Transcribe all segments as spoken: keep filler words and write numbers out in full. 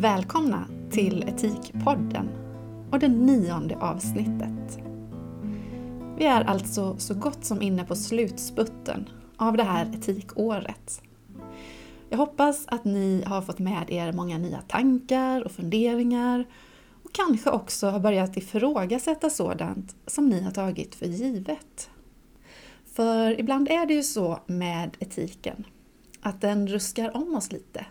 Välkomna till Etikpodden och det nionde avsnittet. Vi är alltså så gott som inne på slutspurten av det här etikåret. Jag hoppas att ni har fått med er många nya tankar och funderingar och kanske också har börjat ifrågasätta sådant som ni har tagit för givet. För ibland är det ju så med etiken att den ruskar om oss lite.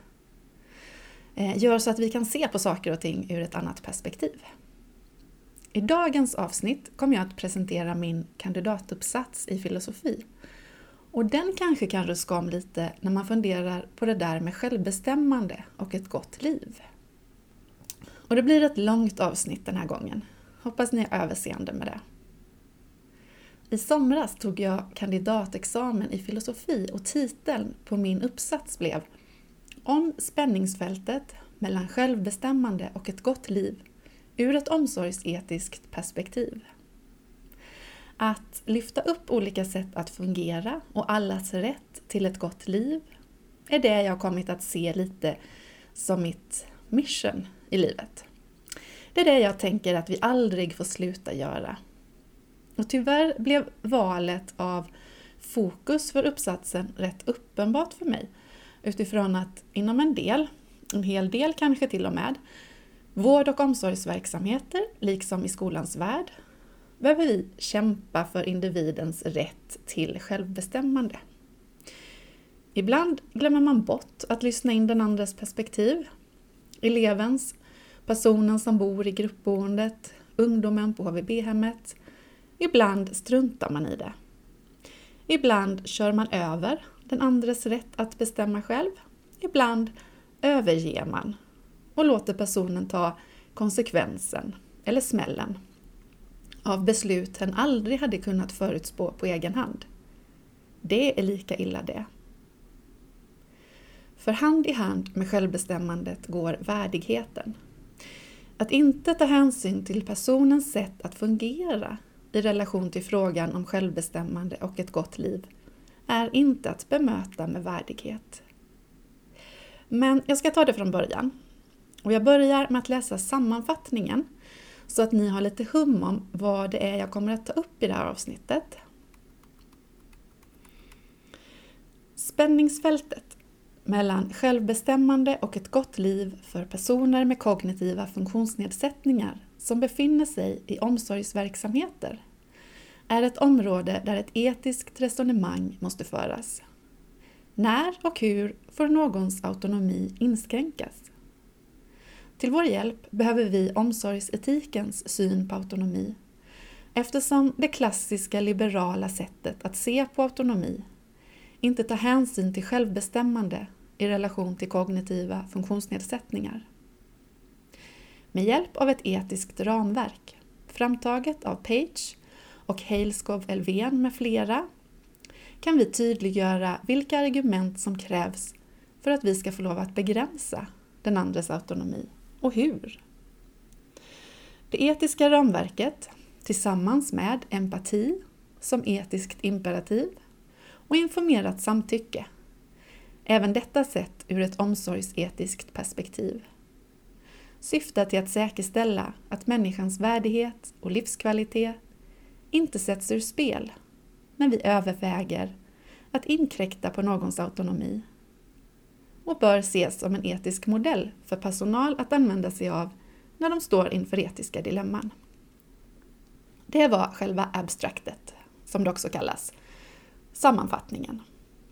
Gör så att vi kan se på saker och ting ur ett annat perspektiv. I dagens avsnitt kommer jag att presentera min kandidatuppsats i filosofi. Och den kanske kan ruska om lite när man funderar på det där med självbestämmande och ett gott liv. Och det blir ett långt avsnitt den här gången. Hoppas ni är överseende med det. I somras tog jag kandidatexamen i filosofi och titeln på min uppsats blev Om spänningsfältet mellan självbestämmande och ett gott liv ur ett omsorgsetiskt perspektiv. Att lyfta upp olika sätt att fungera och allas rätt till ett gott liv är det jag har kommit att se lite som mitt mission i livet. Det är det jag tänker att vi aldrig får sluta göra. Och tyvärr blev valet av fokus för uppsatsen rätt uppenbart för mig. Utifrån att inom en del, en hel del kanske till och med, vård- och omsorgsverksamheter, liksom i skolans värld, behöver vi kämpa för individens rätt till självbestämmande. Ibland glömmer man bort att lyssna in den andres perspektiv. Elevens, personen som bor i gruppboendet, ungdomen på H V B-hemmet. Ibland struntar man i det. Ibland kör man över den andres rätt att bestämma själv. Ibland överger man och låter personen ta konsekvensen eller smällen av beslut den aldrig hade kunnat förutspå på egen hand. Det är lika illa det. För hand i hand med självbestämmandet går värdigheten. Att inte ta hänsyn till personens sätt att fungera i relation till frågan om självbestämmande och ett gott liv är inte att bemöta med värdighet. Men jag ska ta det från början. Och jag börjar med att läsa sammanfattningen så att ni har lite hum om vad det är jag kommer att ta upp i det här avsnittet. Spänningsfältet mellan självbestämmande och ett gott liv för personer med kognitiva funktionsnedsättningar som befinner sig i omsorgsverksamheter är ett område där ett etiskt resonemang måste föras. När och hur får någons autonomi inskränkas? Till vår hjälp behöver vi omsorgsetikens syn på autonomi, eftersom det klassiska liberala sättet att se på autonomi inte tar hänsyn till självbestämmande i relation till kognitiva funktionsnedsättningar. Med hjälp av ett etiskt ramverk, framtaget av Page och Haleskov-Elfven med flera, kan vi tydliggöra vilka argument som krävs för att vi ska få lov att begränsa den andres autonomi och hur. Det etiska ramverket tillsammans med empati som etiskt imperativ och informerat samtycke, även detta sett ur ett omsorgsetiskt perspektiv, syftar till att säkerställa att människans värdighet och livskvalitet inte sätts ur spel när vi överväger att inkräkta på någons autonomi och bör ses som en etisk modell för personal att använda sig av när de står inför etiska dilemman. Det var själva abstraktet, som det också kallas, sammanfattningen.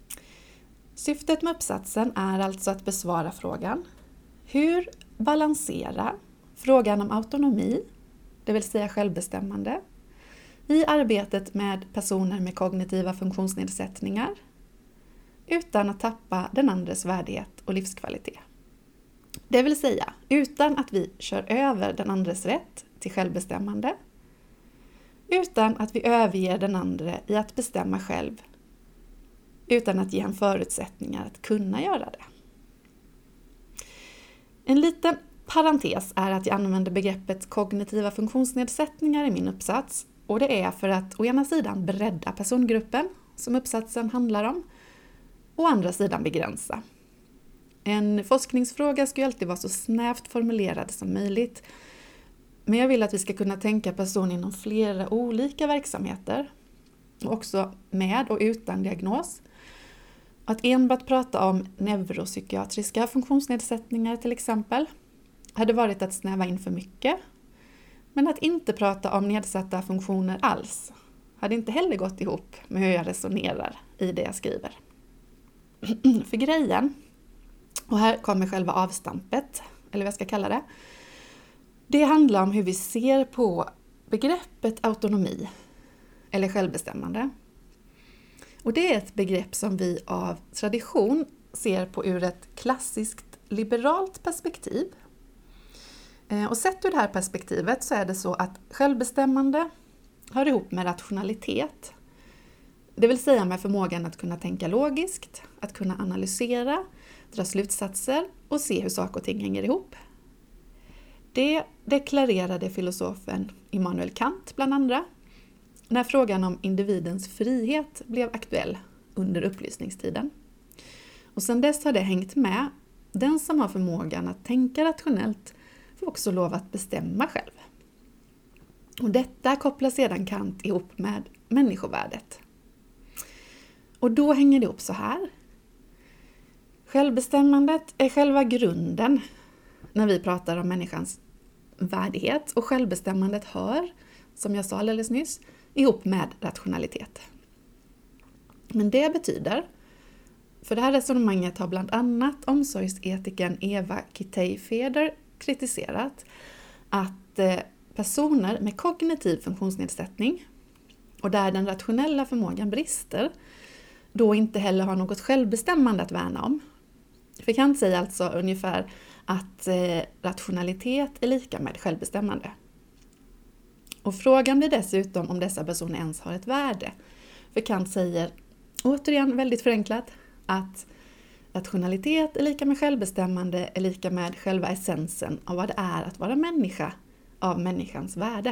Syftet med uppsatsen är alltså att besvara frågan: hur balansera frågan om autonomi, det vill säga självbestämmande, i arbetet med personer med kognitiva funktionsnedsättningar utan att tappa den andres värdighet och livskvalitet. Det vill säga utan att vi kör över den andres rätt till självbestämmande, utan att vi överger den andra i att bestämma själv, utan att ge en förutsättningar att kunna göra det. En liten parentes är att jag använder begreppet kognitiva funktionsnedsättningar i min uppsats. Och det är för att å ena sidan bredda persongruppen som uppsatsen handlar om och å andra sidan begränsa. En forskningsfråga ska ju alltid vara så snävt formulerad som möjligt. Men jag vill att vi ska kunna tänka person inom flera olika verksamheter. Och också med och utan diagnos. Att enbart prata om neuropsykiatriska funktionsnedsättningar till exempel hade varit att snäva in för mycket. Men att inte prata om nedsatta funktioner alls hade inte heller gått ihop med hur jag resonerar i det jag skriver. För grejen, och här kommer själva avstampet, eller vad jag ska kalla det. Det handlar om hur vi ser på begreppet autonomi eller självbestämmande. Och det är ett begrepp som vi av tradition ser på ur ett klassiskt liberalt perspektiv. Och sett ur det här perspektivet så är det så att självbestämmande hör ihop med rationalitet. Det vill säga med förmågan att kunna tänka logiskt, att kunna analysera, dra slutsatser och se hur saker och ting hänger ihop. Det deklarerade filosofen Immanuel Kant bland andra när frågan om individens frihet blev aktuell under upplysningstiden. Och sedan dess har det hängt med. Den som har förmågan att tänka rationellt får också lov att bestämma själv. Och detta kopplar sedan Kant ihop med människovärdet. Och då hänger det ihop så här. Självbestämmandet är själva grunden när vi pratar om människans värdighet. Och självbestämmandet hör, som jag sa alldeles nyss, ihop med rationalitet. Men det betyder, för det här resonemanget har bland annat omsorgsetikern Eva Kitei-Feder kritiserat, att personer med kognitiv funktionsnedsättning och där den rationella förmågan brister, då inte heller har något självbestämmande att värna om. För Kant säger alltså ungefär att rationalitet är lika med självbestämmande. Och frågan blir dessutom om dessa personer ens har ett värde. För Kant säger, återigen väldigt förenklat, att rationalitet är lika med självbestämmande är lika med själva essensen av vad det är att vara människa, av människans värde.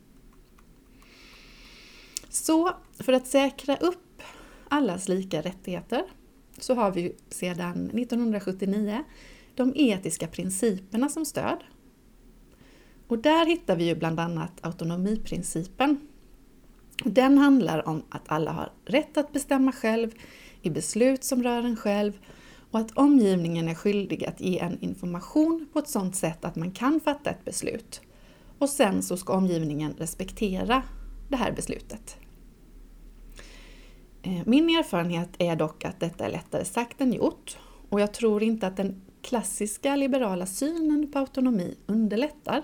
Så för att säkra upp allas lika rättigheter så har vi sedan nittonhundrasjuttionio de etiska principerna som stöd. Och där hittar vi ju bland annat autonomiprincipen. Den handlar om att alla har rätt att bestämma själv i beslut som rör en själv och att omgivningen är skyldig att ge en information på ett sådant sätt att man kan fatta ett beslut. Och sen så ska omgivningen respektera det här beslutet. Min erfarenhet är dock att detta är lättare sagt än gjort och jag tror inte att den klassiska liberala synen på autonomi underlättar.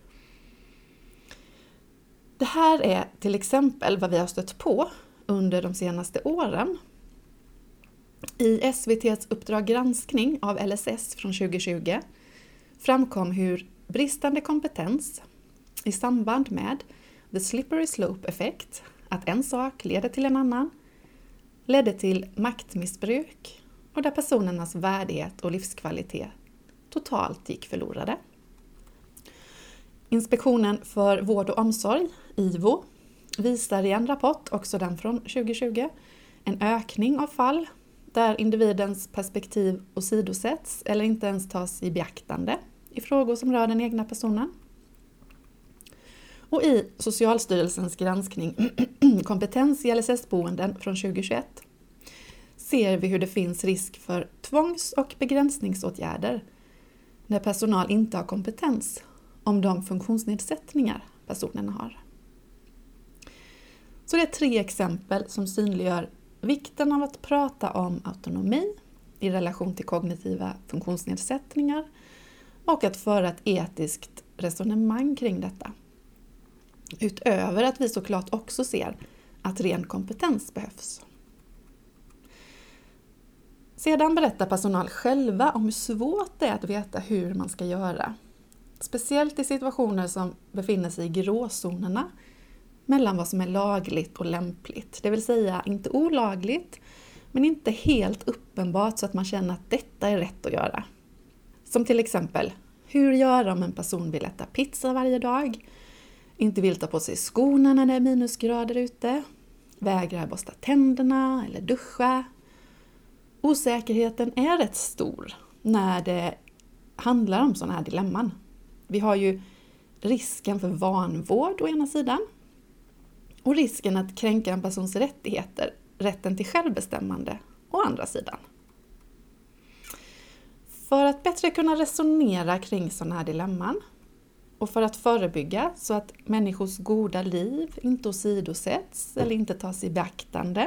Det här är till exempel vad vi har stött på under de senaste åren. I S V T:s Uppdrag granskning av L S S från tjugohundratjugo framkom hur bristande kompetens i samband med the slippery slope effect, att en sak leder till en annan, ledde till maktmissbruk och där personernas värdighet och livskvalitet totalt gick förlorade. Inspektionen för vård och omsorg, I V O, visar i en rapport, också den från tjugohundratjugo, en ökning av fall där individens perspektiv åsidosätts eller inte ens tas i beaktande i frågor som rör den egna personen. Och i Socialstyrelsens granskning kompetens i L S S-boenden från tjugohundratjugoett ser vi hur det finns risk för tvångs- och begränsningsåtgärder när personal inte har kompetens om de funktionsnedsättningar personerna har. Så det är tre exempel som synliggör vikten av att prata om autonomi i relation till kognitiva funktionsnedsättningar och att föra ett etiskt resonemang kring detta. Utöver att vi såklart också ser att ren kompetens behövs. Sedan berättar personal själva om hur svårt det är att veta hur man ska göra. Speciellt i situationer som befinner sig i gråzonerna mellan vad som är lagligt och lämpligt. Det vill säga inte olagligt, men inte helt uppenbart så att man känner att detta är rätt att göra. Som till exempel, hur göra om en person vill äta pizza varje dag, inte vill ta på sig skorna när det är minusgrader ute, vägrar borsta tänderna eller duscha. Osäkerheten är rätt stor när det handlar om sådana här dilemman. Vi har ju risken för vanvård å ena sidan och risken att kränka en persons rättigheter, rätten till självbestämmande å andra sidan. För att bättre kunna resonera kring sådana här dilemman och för att förebygga så att människors goda liv inte åsidosätts eller inte tas i beaktande,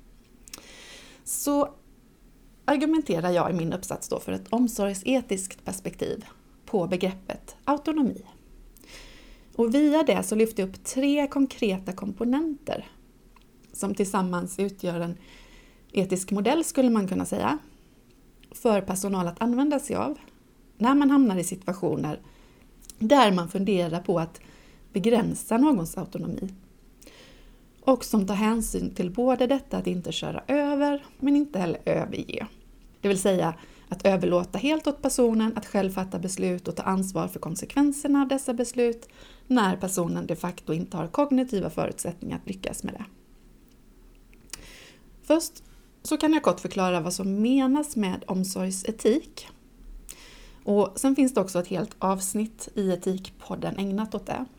så argumenterar jag i min uppsats då för ett omsorgsetiskt perspektiv på begreppet autonomi. Och via det så lyfter jag upp tre konkreta komponenter som tillsammans utgör en etisk modell, skulle man kunna säga, för personal att använda sig av när man hamnar i situationer där man funderar på att begränsa någons autonomi. Och som tar hänsyn till både detta att inte köra över men inte heller överge. Det vill säga att överlåta helt åt personen att själv fatta beslut och ta ansvar för konsekvenserna av dessa beslut när personen de facto inte har kognitiva förutsättningar att lyckas med det. Först så kan jag kort förklara vad som menas med omsorgsetik. Och sen finns det också ett helt avsnitt i Etikpodden ägnat åt det.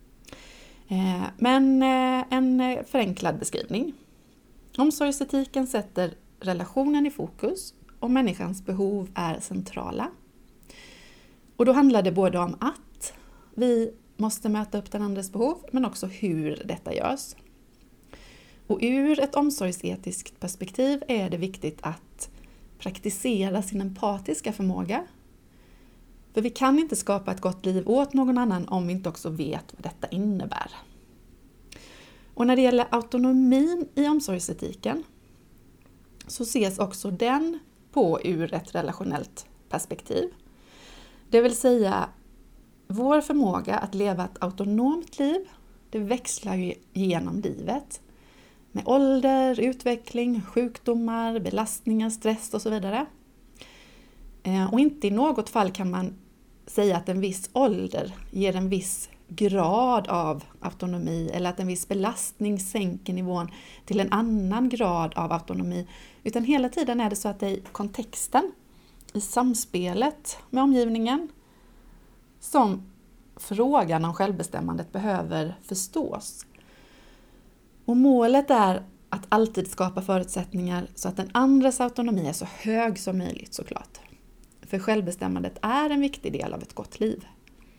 Men en förenklad beskrivning. Omsorgsetiken sätter relationen i fokus och människans behov är centrala. Och då handlar det både om att vi måste möta upp den andres behov men också hur detta görs. Och ur ett omsorgsetiskt perspektiv är det viktigt att praktisera sin empatiska förmåga. För vi kan inte skapa ett gott liv åt någon annan om vi inte också vet vad detta innebär. Och när det gäller autonomin i omsorgsetiken så ses också den på ur ett relationellt perspektiv. Det vill säga vår förmåga att leva ett autonomt liv, det växlar ju genom livet. Med ålder, utveckling, sjukdomar, belastningar, stress och så vidare. Och inte i något fall kan man säga att en viss ålder ger en viss grad av autonomi eller att en viss belastning sänker nivån till en annan grad av autonomi. Utan hela tiden är det så att det är i kontexten, i samspelet med omgivningen som frågan om självbestämmandet behöver förstås. Och målet är att alltid skapa förutsättningar så att den andras autonomi är så hög som möjligt såklart. För självbestämmandet är en viktig del av ett gott liv.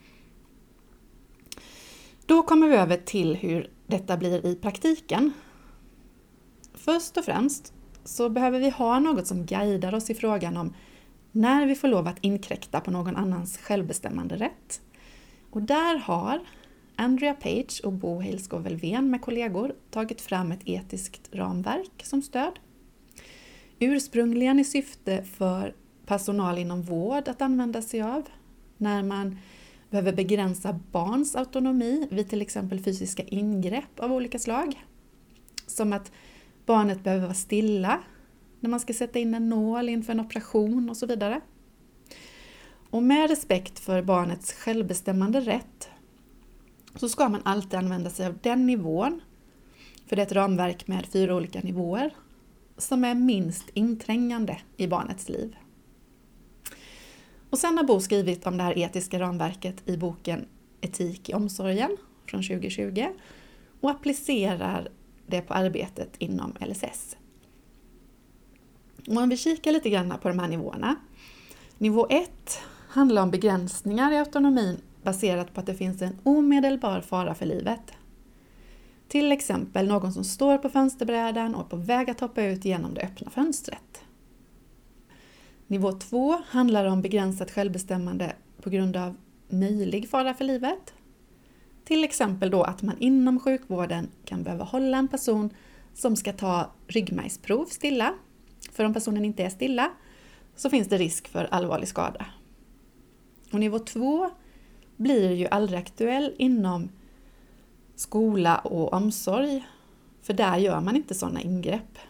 Då kommer vi över till hur detta blir i praktiken. Först och främst så behöver vi ha något som guidar oss i frågan om när vi får lov att inkräkta på någon annans självbestämmande rätt. Och där har Andrea Page och Bo Heilskov-Elfven med kollegor tagit fram ett etiskt ramverk som stöd. Ursprungligen i syfte för personal inom vård att använda sig av när man behöver begränsa barns autonomi vid till exempel fysiska ingrepp av olika slag. Som att barnet behöver vara stilla när man ska sätta in en nål inför en operation och så vidare. Och med respekt för barnets självbestämmande rätt så ska man alltid använda sig av den nivån, för det är ett ramverk med fyra olika nivåer, som är minst inträngande i barnets liv. Och sen har Bo skrivit om det här etiska ramverket i boken Etik i omsorgen från tjugo tjugo och applicerar det på arbetet inom L S S. Och om vi kikar lite grann på de här nivåerna. Nivå ett handlar om begränsningar i autonomin baserat på att det finns en omedelbar fara för livet. Till exempel någon som står på fönsterbrädan och är på väg att hoppa ut genom det öppna fönstret. Nivå två handlar om begränsat självbestämmande på grund av möjlig fara för livet. Till exempel då att man inom sjukvården kan behöva hålla en person som ska ta ryggmärgsprov stilla. För om personen inte är stilla så finns det risk för allvarlig skada. Och nivå två blir ju aldrig aktuell inom skola och omsorg. För där gör man inte sådana ingrepp.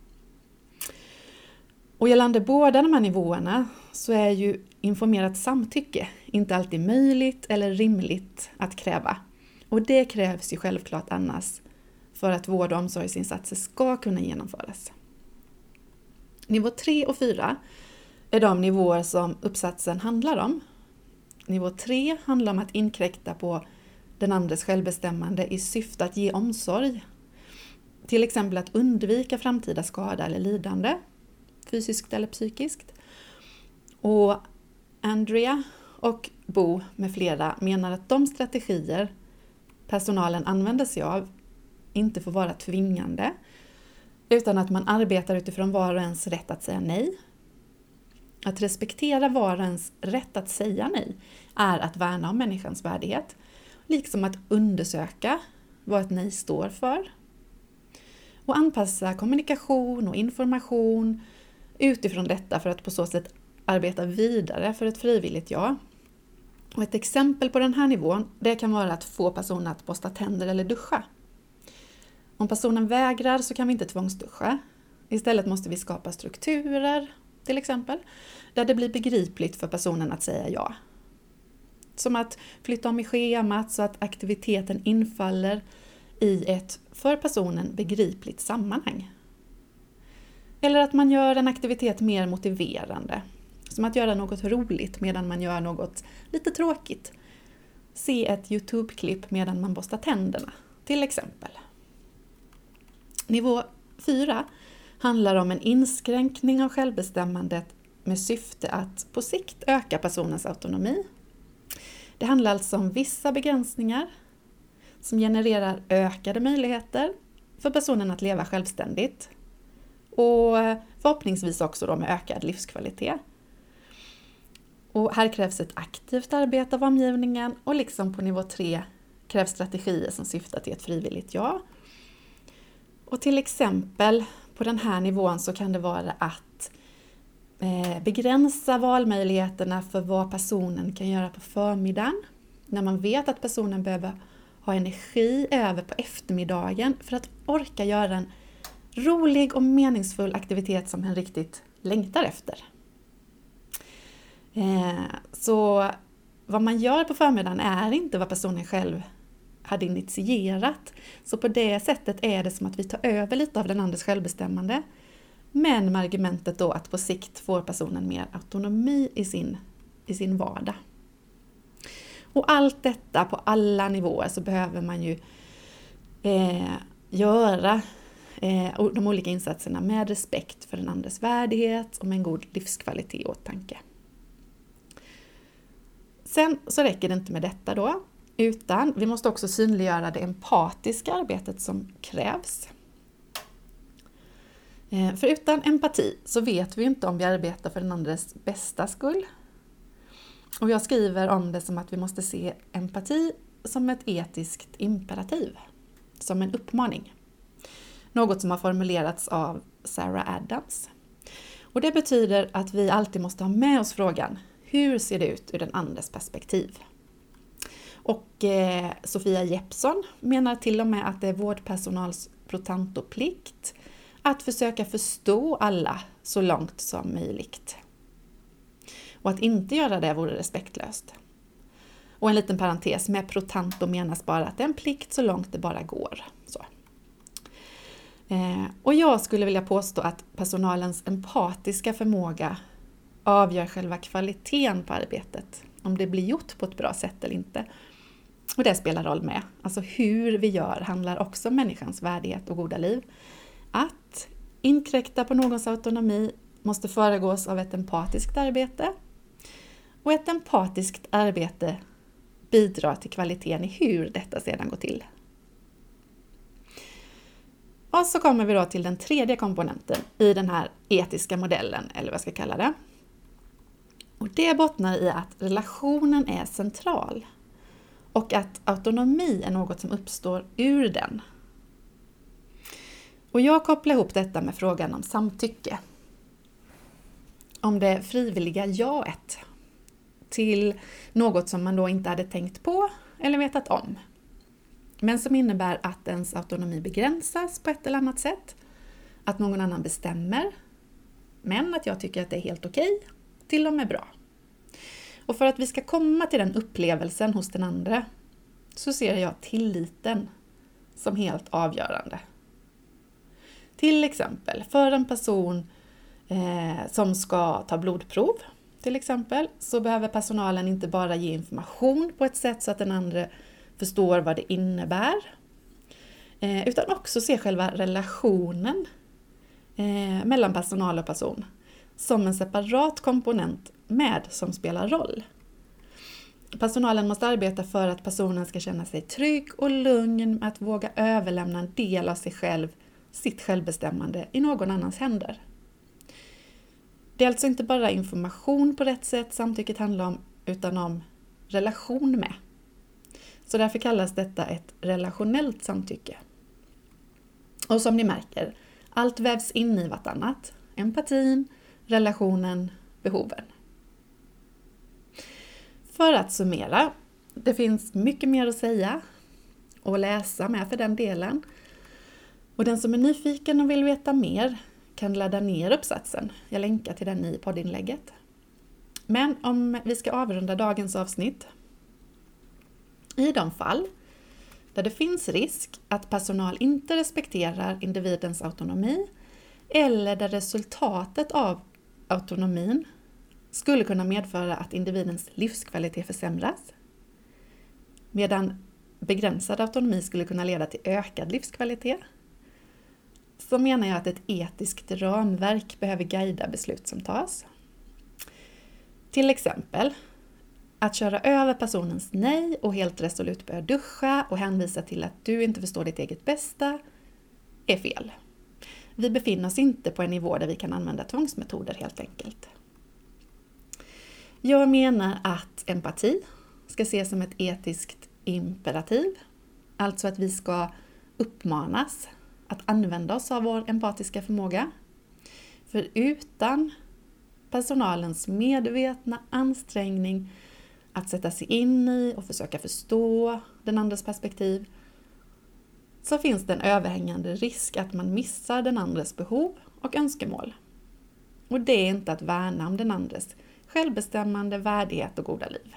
Och gällande båda de här nivåerna så är ju informerat samtycke inte alltid möjligt eller rimligt att kräva. Och det krävs ju självklart annars för att vård- och omsorgsinsatser ska kunna genomföras. Nivå tre och fyra är de nivåer som uppsatsen handlar om. Nivå tre handlar om att inkräkta på den andres självbestämmande i syfte att ge omsorg. Till exempel att undvika framtida skada eller lidande, fysiskt eller psykiskt. Och Andrea och Bo med flera menar att de strategier personalen använder sig av inte får vara tvingande, utan att man arbetar utifrån var och ens rätt att säga nej. Att respektera var och ens rätt att säga nej är att värna om människans värdighet, liksom att undersöka vad ett nej står för. Och anpassa kommunikation och information utifrån detta för att på så sätt arbeta vidare för ett frivilligt ja. Och ett exempel på den här nivån, det kan vara att få personen att borsta tänder eller duscha. Om personen vägrar så kan vi inte tvångsduscha. Istället måste vi skapa strukturer, till exempel, där det blir begripligt för personen att säga ja. Som att flytta om i schemat så att aktiviteten infaller i ett för personen begripligt sammanhang. Eller att man gör en aktivitet mer motiverande. Som att göra något roligt medan man gör något lite tråkigt. Se ett YouTube-klipp medan man borstar tänderna, till exempel. Nivå fyra handlar om en inskränkning av självbestämmandet med syfte att på sikt öka personens autonomi. Det handlar alltså om vissa begränsningar som genererar ökade möjligheter för personen att leva självständigt och förhoppningsvis också då med ökad livskvalitet. Och här krävs ett aktivt arbete av omgivningen och liksom på nivå tre krävs strategier som syftar till ett frivilligt ja. Och till exempel på den här nivån så kan det vara att eh, begränsa valmöjligheterna för vad personen kan göra på förmiddagen. När man vet att personen behöver ha energi över på eftermiddagen för att orka göra en rolig och meningsfull aktivitet som hen riktigt längtar efter. Eh, så vad man gör på förmiddagen är inte vad personen själv hade initierat. Så på det sättet är det som att vi tar över lite av den andres självbestämmande. Men med argumentet då att på sikt får personen mer autonomi i sin, i sin vardag. Och allt detta på alla nivåer så behöver man ju eh, göra eh, de olika insatserna med respekt för den andres värdighet och med en god livskvalitet i åtanke. Sen så räcker det inte med detta då, utan vi måste också synliggöra det empatiska arbetet som krävs. För utan empati så vet vi inte om vi arbetar för den andres bästa skull. Och jag skriver om det som att vi måste se empati som ett etiskt imperativ, som en uppmaning. Något som har formulerats av Sarah Adams. Och det betyder att vi alltid måste ha med oss frågan: hur ser det ut ur den andres perspektiv? Och eh, Sofia Jeppsson menar till och med att det är vårdpersonals pro-tanto-plikt att försöka förstå alla så långt som möjligt. Och att inte göra det vore respektlöst. Och en liten parentes, med pro-tanto menas bara att det är en plikt så långt det bara går. Så. Eh, och jag skulle vilja påstå att personalens empatiska förmåga avgör själva kvaliteten på arbetet. Om det blir gjort på ett bra sätt eller inte. Och det spelar roll med. Alltså hur vi gör handlar också om människans värdighet och goda liv. Att inkräkta på någons autonomi måste föregås av ett empatiskt arbete. Och ett empatiskt arbete bidrar till kvaliteten i hur detta sedan går till. Och så kommer vi då till den tredje komponenten i den här etiska modellen, eller vad jag ska kalla det. Och det bottnar i att relationen är central och att autonomi är något som uppstår ur den. Och jag kopplar ihop detta med frågan om samtycke. Om det frivilliga jaet till något som man då inte hade tänkt på eller vetat om. Men som innebär att ens autonomi begränsas på ett eller annat sätt. Att någon annan bestämmer. Men att jag tycker att det är helt okej, till och med bra. Och för att vi ska komma till den upplevelsen hos den andra så ser jag tilliten som helt avgörande. Till exempel, för en person eh, som ska ta blodprov till exempel, så behöver personalen inte bara ge information på ett sätt så att den andra förstår vad det innebär, eh, utan också se själva relationen eh, mellan personal och person som en separat komponent med som spelar roll. Personalen måste arbeta för att personen ska känna sig trygg och lugn med att våga överlämna en del av sig själv, sitt självbestämmande, i någon annans händer. Det är alltså inte bara information på rätt sätt samtycket handlar om, utan om relation med. Så därför kallas detta ett relationellt samtycke. Och som ni märker, allt vävs in i vartannat. Empatin, relationen, behoven. För att summera, det finns mycket mer att säga och läsa med för den delen. Och den som är nyfiken och vill veta mer kan ladda ner uppsatsen. Jag länkar till den i poddinlägget. Men om vi ska avrunda dagens avsnitt. I de fall där det finns risk att personal inte respekterar individens autonomi eller där resultatet av autonomin skulle kunna medföra att individens livskvalitet försämras, medan begränsad autonomi skulle kunna leda till ökad livskvalitet, så menar jag att ett etiskt ramverk behöver guida beslut som tas. Till exempel att köra över personens nej och helt resolut börja duscha och hänvisa till att du inte förstår ditt eget bästa är fel. Vi befinner oss inte på en nivå där vi kan använda tvångsmetoder helt enkelt. Jag menar att empati ska ses som ett etiskt imperativ, alltså att vi ska uppmanas att använda oss av vår empatiska förmåga. För utan personalens medvetna ansträngning att sätta sig in i och försöka förstå den andres perspektiv, så finns det en överhängande risk att man missar den andres behov och önskemål. Och det är inte att värna om den andres självbestämmande, värdighet och goda liv.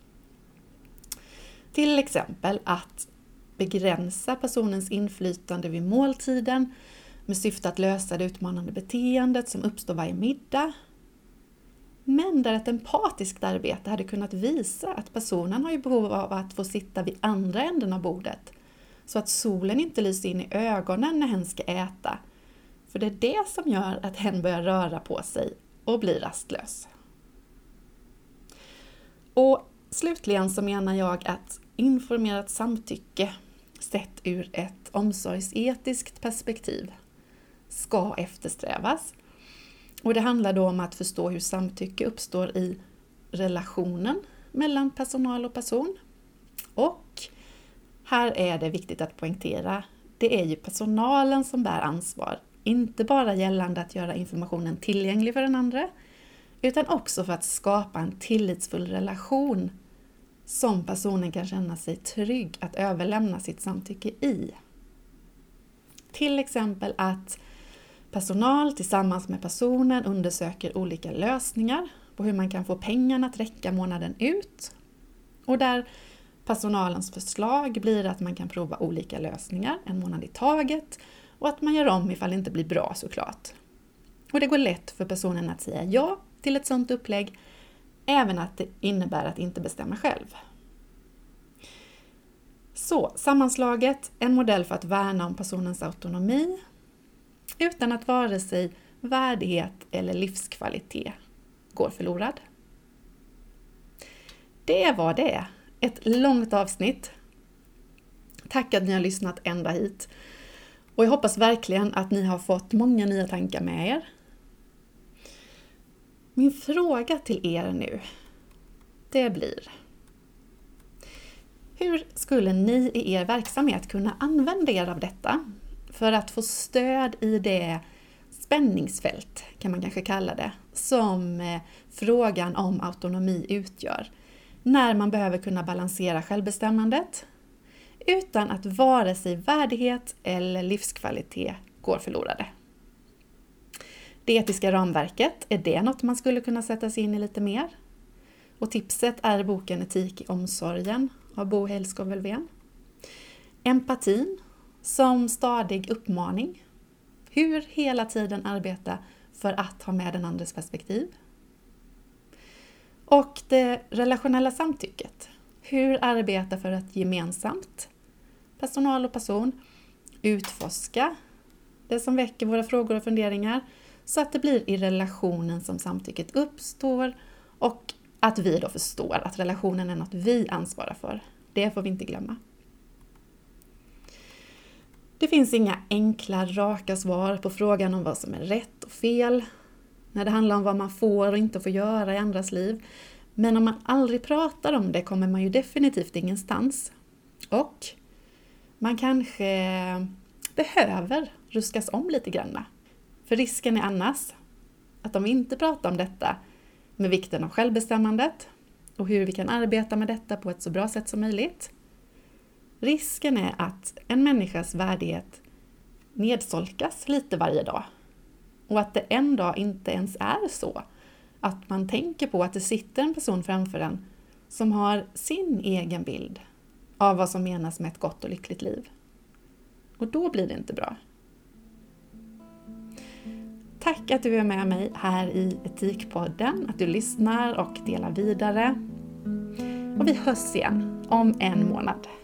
Till exempel att begränsa personens inflytande vid måltiden med syfte att lösa det utmanande beteendet som uppstår varje middag. Men där ett empatiskt arbete hade kunnat visa att personen har ju behov av att få sitta vid andra änden av bordet så att solen inte lyser in i ögonen när hen ska äta. För det är det som gör att hen börjar röra på sig och blir rastlös. Och slutligen så menar jag att informerat samtycke sett ur ett omsorgsetiskt perspektiv ska eftersträvas. Och det handlar då om att förstå hur samtycke uppstår i relationen mellan personal och person. Och här är det viktigt att poängtera, det är ju personalen som bär ansvar. Inte bara gällande att göra informationen tillgänglig för den andra, utan också för att skapa en tillitsfull relation som personen kan känna sig trygg att överlämna sitt samtycke i. Till exempel att personal tillsammans med personen undersöker olika lösningar på hur man kan få pengarna att räcka månaden ut. Och där personalens förslag blir att man kan prova olika lösningar en månad i taget och att man gör om ifall det inte blir bra såklart. Och det går lätt för personen att säga ja till ett sådant upplägg, även att det innebär att inte bestämma själv. Så sammanslaget, en modell för att värna om personens autonomi utan att vare sig värdighet eller livskvalitet går förlorad. Det var det. Ett långt avsnitt. Tack att ni har lyssnat ända hit. Och jag hoppas verkligen att ni har fått många nya tankar med er. Min fråga till er nu, det blir: hur skulle ni i er verksamhet kunna använda er av detta för att få stöd i det spänningsfält, kan man kanske kalla det, som frågan om autonomi utgör, när man behöver kunna balansera självbestämmandet utan att vare sig värdighet eller livskvalitet går förlorade? Det etiska ramverket, är det något man skulle kunna sätta sig in i lite mer? Och tipset är boken Etik i omsorgen av Bo Hejlskov-Elfven. Empatin som stadig uppmaning Hur hela tiden arbeta för att ha med den andres perspektiv. Och det relationella samtycket. Hur arbeta för att gemensamt, personal och person, utforska det som väcker våra frågor och funderingar så att det blir i relationen som samtycket uppstår och att vi då förstår att relationen är något vi ansvarar för. Det får vi inte glömma. Det finns inga enkla, raka svar på frågan om vad som är rätt och fel när det handlar om vad man får och inte får göra i andras liv. Men om man aldrig pratar om det kommer man ju definitivt ingenstans. Och man kanske behöver ruskas om lite grann. För risken är annars att om vi inte pratar om detta med vikten av självbestämmandet och hur vi kan arbeta med detta på ett så bra sätt som möjligt. Risken är att en människas värdighet nedsolkas lite varje dag. Och att det en dag inte ens är så att man tänker på att det sitter en person framför en som har sin egen bild av vad som menas med ett gott och lyckligt liv. Och då blir det inte bra. Tack att du är med mig här i Etikpodden, att du lyssnar och delar vidare. Och vi hörs igen om en månad.